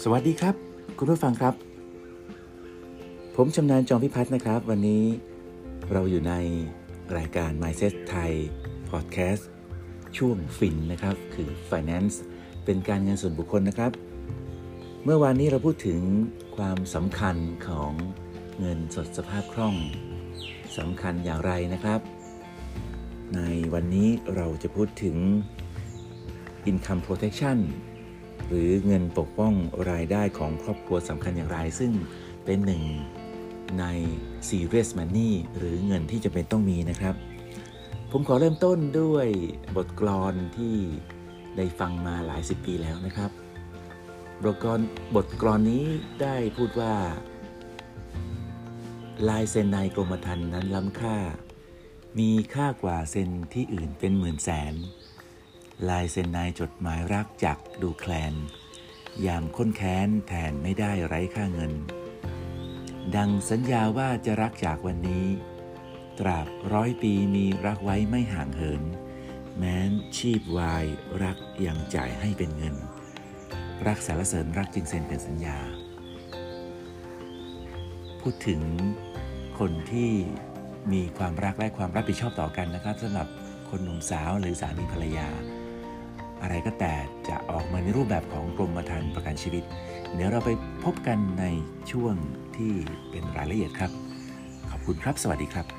สวัสดีครับคุณผู้ฟังครับผมชำนาญจอมพิพัฒน์นะครับวันนี้เราอยู่ในรายการ Mindset Thai Podcast ช่วงฟินนะครับคือ Finance เป็นการเงินส่วนบุคคลนะครับเมื่อวานนี้เราพูดถึงความสำคัญของเงินสดสภาพคล่องสำคัญอย่างไรนะครับในวันนี้เราจะพูดถึง Income Protectionหรือเงินปกป้องรายได้ของครอบครัวสำคัญอย่างไรซึ่งเป็นหนึ่งใน Serious Money หรือเงินที่จำเป็นต้องมีนะครับผมขอเริ่มต้นด้วยบทกลอนที่ได้ฟังมาหลายสิบปีแล้วนะครับบทกลอนนี้ได้พูดว่าลายเซ็นในกรมธรรม์นั้นล้ำค่ามีค่ากว่าเซ็นที่อื่นเป็นหมื่นแสนลายเซ็นในจดหมายรักจักดูแคลนยามค้นแค้นแทนไม่ได้ไร้ค่าเงินดังสัญญาว่าจะรักจากวันนี้ตราบ100 ปีมีรักไว้ไม่ห่างเหินแม้นชีพวายรักยังจ่ายให้เป็นเงินรักสรรเสริญรักจึงเซ็นเป็นสัญญาพูดถึงคนที่มีความรักและความรับผิดชอบต่อกันนะครับสำหรับคนหนุ่มสาวหรือสามีภรรยาอะไรก็แต่จะออกมาในรูปแบบของกรมธรรม์ประกันชีวิตเดี๋ยวเราไปพบกันในช่วงที่เป็นรายละเอียดครับขอบคุณครับสวัสดีครับ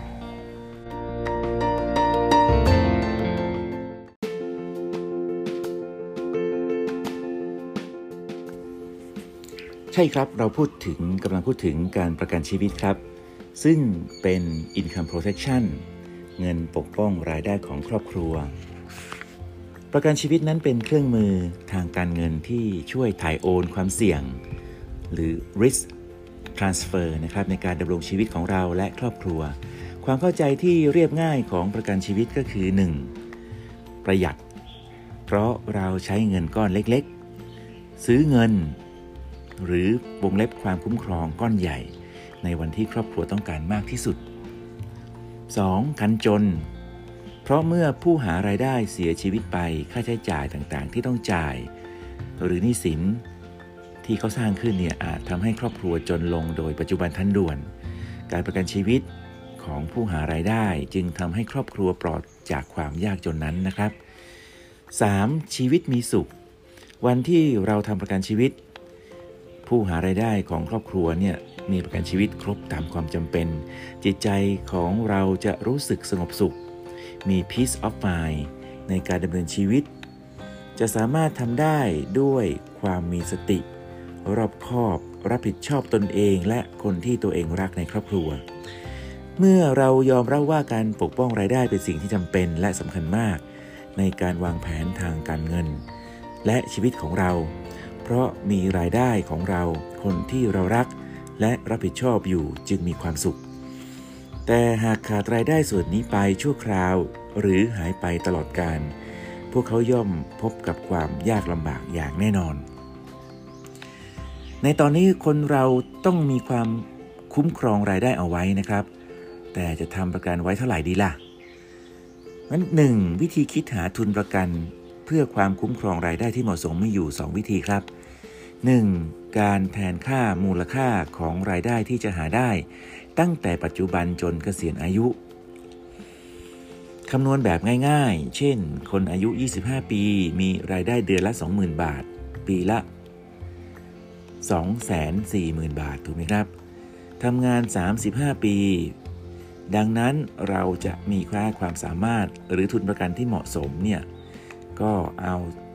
ใช่ครับเรากำลังพูดถึงการประกันชีวิตครับซึ่งเป็น Income Protection เงินปกป้องรายได้ของครอบครัวประกันชีวิตนั้นเป็นเครื่องมือทางการเงินที่ช่วยถ่ายโอนความเสี่ยงหรือ risk transfer นะครับในการดำรงชีวิตของเราและครอบครัวความเข้าใจที่เรียบง่ายของประกันชีวิตก็คือ 1. ประหยัดเพราะเราใช้เงินก้อนเล็กๆซื้อเงินหรือวงเล็บความคุ้มครองก้อนใหญ่ในวันที่ครอบครัวต้องการมากที่สุด 2. กันจนเพราะเมื่อผู้หารายได้เสียชีวิตไปค่าใช้จ่ายต่างๆที่ต้องจ่ายหรือหนี้สินที่เขาสร้างขึ้นเนี่ยอาจทำให้ครอบครัวจนลงโดยปัจจุบันทันด่วนการประกันชีวิตของผู้หารายได้จึงทำให้ครอบครัวปลอดจากความยากจนนั้นนะครับ 3. ชีวิตมีสุขวันที่เราทำประกันชีวิตผู้หารายได้ของครอบครัวเนี่ยมีประกันชีวิตครบตามความจำเป็นจิตใจของเราจะรู้สึกสงบสุขมี peace of mind ในการดำเนินชีวิตจะสามารถทำได้ด้วยความมีสติรอบคอบรับผิดชอบตนเองและคนที่ตัวเองรักในครอบครัวเมื่อเรายอมรับว่าการปกป้องรายได้เป็นสิ่งที่จำเป็นและสำคัญมากในการวางแผนทางการเงินและชีวิตของเราเพราะมีรายได้ของเราคนที่เรารักและรับผิดชอบอยู่จึงมีความสุขแต่หากขาดรายได้ส่วนนี้ไปชั่วคราวหรือหายไปตลอดกาลพวกเขาย่อมพบกับความยากลำบากอย่างแน่นอนในตอนนี้คนเราต้องมีความคุ้มครองรายได้เอาไว้นะครับแต่จะทำประกันไว้เท่าไหร่ดีล่ะงั้น 1. วิธีคิดหาทุนประกันเพื่อความคุ้มครองรายได้ที่เหมาะสมมีอยู่ 2 วิธีครับ 1. การแทนค่ามูลค่าของรายได้ที่จะหาได้ตั้งแต่ปัจจุบันจนเกษียณอายุคำนวณแบบง่ายๆเช่นคนอายุ25ปีมีรายได้เดือนละ 20,000 บาทปีละ 240,000 บาทถูกไหมครับทำงาน35ปีดังนั้นเราจะมีค่าความสามารถหรือทุนประกันที่เหมาะสมเนี่ยก็เอา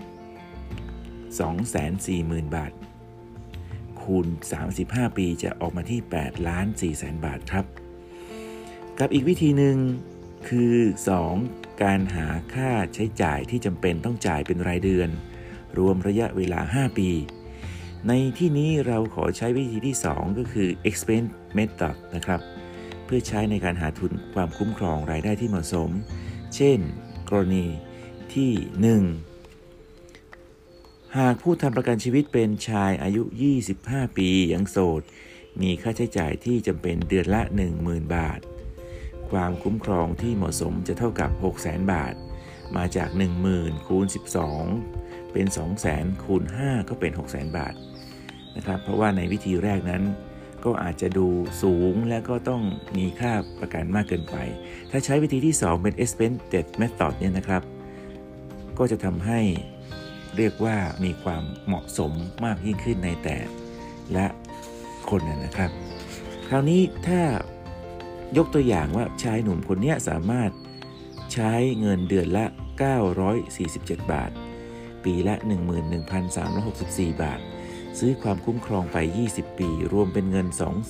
240,000 บาทคูณ35ปีจะออกมาที่8,400,000 บาทครับกับอีกวิธีหนึ่งคือ 2. การหาค่าใช้จ่ายที่จำเป็นต้องจ่ายเป็นรายเดือนรวมระยะเวลา5ปีในที่นี้เราขอใช้วิธีที่2ก็คือ expense method นะครับเพื่อใช้ในการหาทุนความคุ้มครองรายได้ที่เหมาะสมเช่นกรณีที่ 1. หากผู้ทำประกันชีวิตเป็นชายอายุ25ปียังโสดมีค่าใช้จ่ายที่จำเป็นเดือนละ 10,000 บาทความคุ้มครองที่เหมาะสมจะเท่ากับ 600,000 บาทมาจาก 10,000 คูณ 12เป็น 200,000 คูณ 5ก็เป็น 600,000 บาทนะครับเพราะว่าในวิธีแรกนั้นก็อาจจะดูสูงและก็ต้องมีค่าประกันมากเกินไปถ้าใช้วิธีที่2เป็น expense method เนี่ยนะครับก็จะทำให้เรียกว่ามีความเหมาะสมมากยิ่งขึ้นในแต่ละคนนะครับคราวนี้ถ้ายกตัวอย่างว่าชายหนุ่มคนนี้สามารถใช้เงินเดือนละ947 บาทปีละ 11,364 บาทซื้อความคุ้มครองไป20ปีรวมเป็นเงิน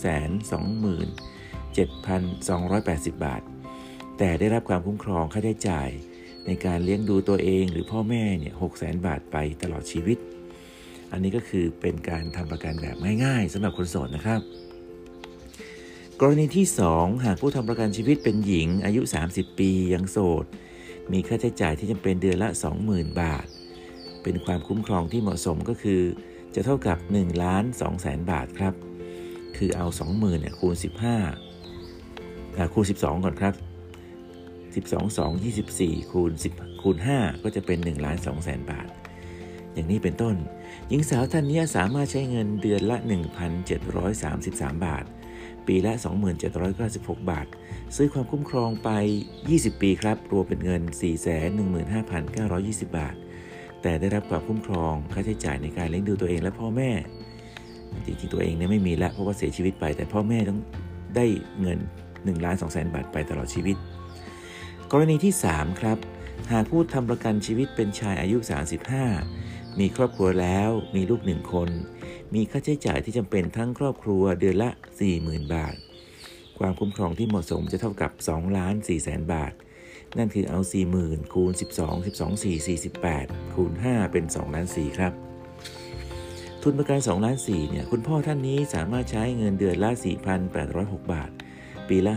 227,280 บาทแต่ได้รับความคุ้มครองค่าใช้จ่ายในการเลี้ยงดูตัวเองหรือพ่อแม่เนี่ย 600,000 บาทไปตลอดชีวิตอันนี้ก็คือเป็นการทำประกันแบบง่ายๆสำหรับคนโสดนะครับกรณีที่2หากผู้ทำประกันชีวิตเป็นหญิงอายุ30ปียังโสดมีค่าใช้จ่ายที่จำเป็นเดือนละ 20,000 บาทเป็นความคุ้มครองที่เหมาะสมก็คือจะเท่ากับ 1,200,000 บาทครับคือเอา 20,000 เนี่ยคูณ15คูณ12ก่อนครับ12 2 24คูณ10คูณ5ก็จะเป็น 1,200,000 บาทอย่างนี้เป็นต้นหญิงสาวท่านนี้สามารถใช้เงินเดือนละ 1,733 บาทปีละ 2,796 บาทซื้อความคุ้มครองไป20ปีครับรวมเป็นเงิน 415,920 บาทแต่ได้รับความคุ้มครองค่าใช้จ่ายในการเลี้ยงดูตัวเองและพ่อแม่จริงๆตัวเองเนี่ยไม่มีแล้วเพราะว่าเสียชีวิตไปแต่พ่อแม่ต้องได้เงิน 1,200,000 บาทไปตลอดชีวิตกรณีที่3ครับหากผู้ทำประกันชีวิตเป็นชายอายุ35มีครอบครัวแล้วมีลูก1คนมีค่าใช้จ่ายที่จำเป็นทั้งครอบครัวเดือนละ 40,000 บาทความคุ้มครองที่เหมาะสมจะเท่ากับ 2,400,000 บาทนั่นคือเอา 40,000 คูณ 12 12 4 48คูณ5เป็น 2,400,000 ครับทุนประกัน 2,400,000 เนี่ยคุณพ่อท่านนี้สามารถใช้เงินเดือนละ 4,806 บาทปีละ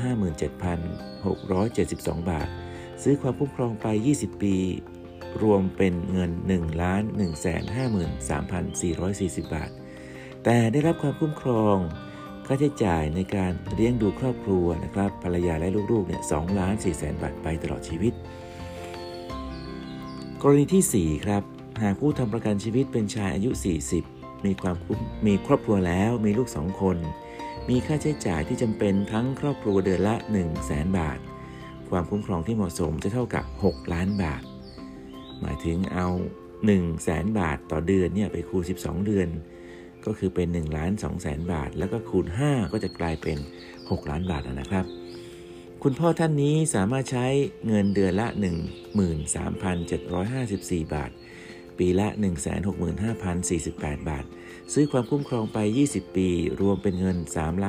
57,672 บาทซื้อความคุ้มครองไป20ปีรวมเป็นเงิน 1,153,440 บาทแต่ได้รับความคุ้มครองค่าใช้จ่ายในการเลี้ยงดูครอบครัวนะครับภรรยาและลูกๆเนี่ย 2,400,000 บาทไปตลอดชีวิตกรณีที่4ครับหากผู้ทำประกันชีวิตเป็นชายอายุ40มีครอบครัวแล้วมีลูก2คนมีค่าใช้จ่ายที่จำเป็นทั้งครอบครัวเดือนละ 100,000 บาทความคุ้มครองที่เหมาะสมจะเท่ากับ6 ล้านบาทหมายถึงเอา 100,000 บาทต่อเดือนเนี่ยไปคูณ12เดือนก็คือเป็น 1,200,000 บาทแล้วก็คูณ5ก็จะกลายเป็น6 ล้านบาทนะครับคุณพ่อท่านนี้สามารถใช้เงินเดือนละ 13,754 บาทปีละ 165,048 บาทซื้อความคุ้มครองไป20ปีรวมเป็นเงิน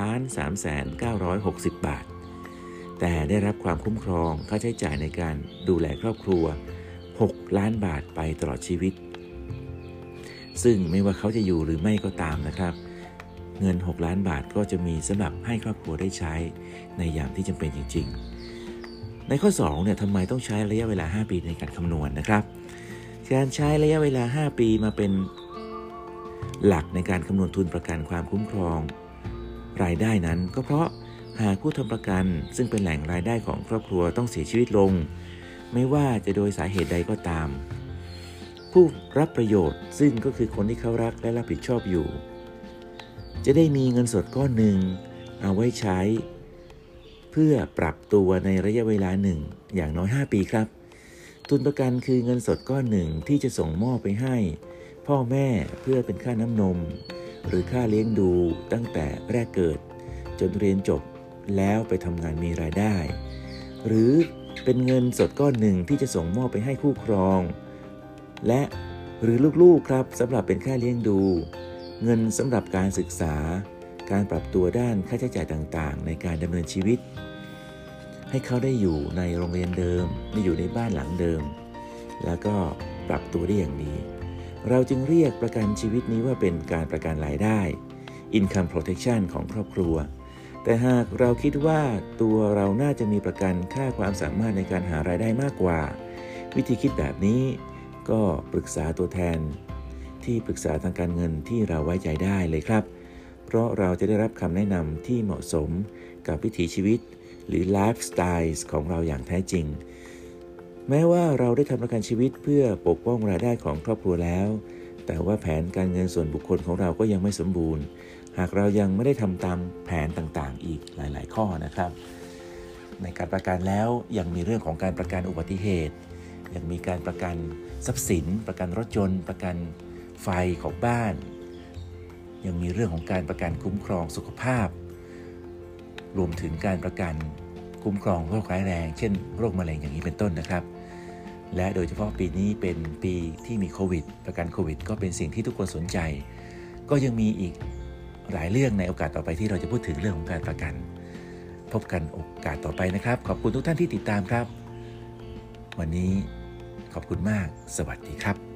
3,3,960 บาทแต่ได้รับความคุ้มครองค่าใช้จ่ายในการดูแลครอบครัว6 ล้านบาทไปตลอดชีวิตซึ่งไม่ว่าเขาจะอยู่หรือไม่ก็ตามนะครับเงิน6 ล้านบาทก็จะมีสำหรับให้ครอบครัวได้ใช้ในยามที่จำเป็นจริงๆในข้อ2เนี่ยทำไมต้องใช้ระยะเวลา5ปีในการคำนวณนะครับการใช้ระยะเวลา5ปีมาเป็นหลักในการคำนวณทุนประกันความคุ้มครองรายได้นั้นก็เพราะหากผู้ทำประกันซึ่งเป็นแหล่งรายได้ของครอบครัวต้องเสียชีวิตลงไม่ว่าจะโดยสาเหตุใดก็ตามผู้รับประโยชน์ซึ่งก็คือคนที่เขารักและรับผิดชอบอยู่จะได้มีเงินสดก้อนหนึ่งเอาไว้ใช้เพื่อปรับตัวในระยะเวลาหนึ่งอย่างน้อย5ปีครับทุนประกันคือเงินสดก้อนหนึ่งที่จะส่งมอบไปให้พ่อแม่เพื่อเป็นค่าน้ำนมหรือค่าเลี้ยงดูตั้งแต่แรกเกิดจนเรียนจบแล้วไปทำงานมีรายได้หรือเป็นเงินสดก้อนหนึ่งที่จะส่งมอบไปให้คู่ครองและหรือลูกๆครับสำหรับเป็นค่าเลี้ยงดูเงินสำหรับการศึกษาการปรับตัวด้านค่าใช้จ่ายต่างๆในการดำเนินชีวิตให้เขาได้อยู่ในโรงเรียนเดิมได้อยู่ในบ้านหลังเดิมแล้วก็ปรับตัวได้อย่างดีเราจึงเรียกประกันชีวิตนี้ว่าเป็นการประกันรายได้ Income Protection ของครอบครัวแต่หากเราคิดว่าตัวเราน่าจะมีประกันค่าความสามารถในการหารายได้มากกว่าวิธีคิดแบบนี้ก็ปรึกษาตัวแทนที่ปรึกษาทางการเงินที่เราไว้ใจได้เลยครับเพราะเราจะได้รับคำแนะนำที่เหมาะสมกับวิถีชีวิตหรือไลฟ์สไตล์ของเราอย่างแท้จริงแม้ว่าเราได้ทำประกันชีวิตเพื่อปกป้องรายได้ของครอบครัวแล้วแต่ว่าแผนการเงินส่วนบุคคลของเราก็ยังไม่สมบูรณ์หากเรายังไม่ได้ทำตามแผนต่างๆอีกหลายๆข้อนะครับในการประกันแล้วยังมีเรื่องของการประกันอุบัติเหตุยังมีการประกันทรัพย์สินประกันรถยนต์ประกันไฟของบ้านยังมีเรื่องของการประกันคุ้มครองสุขภาพรวมถึงการประกันคุ้มครองโรคร้ายแรงเช่นโรคมะเร็งอย่างนี้เป็นต้นนะครับและโดยเฉพาะปีนี้เป็นปีที่มีโควิดประกันโควิดก็เป็นสิ่งที่ทุกคนสนใจก็ยังมีอีกหลายเรื่องในโอกาสต่อไปที่เราจะพูดถึงเรื่องของการประกันพบกันโอกาสต่อไปนะครับขอบคุณทุกท่านที่ติดตามครับวันนี้ขอบคุณมากสวัสดีครับ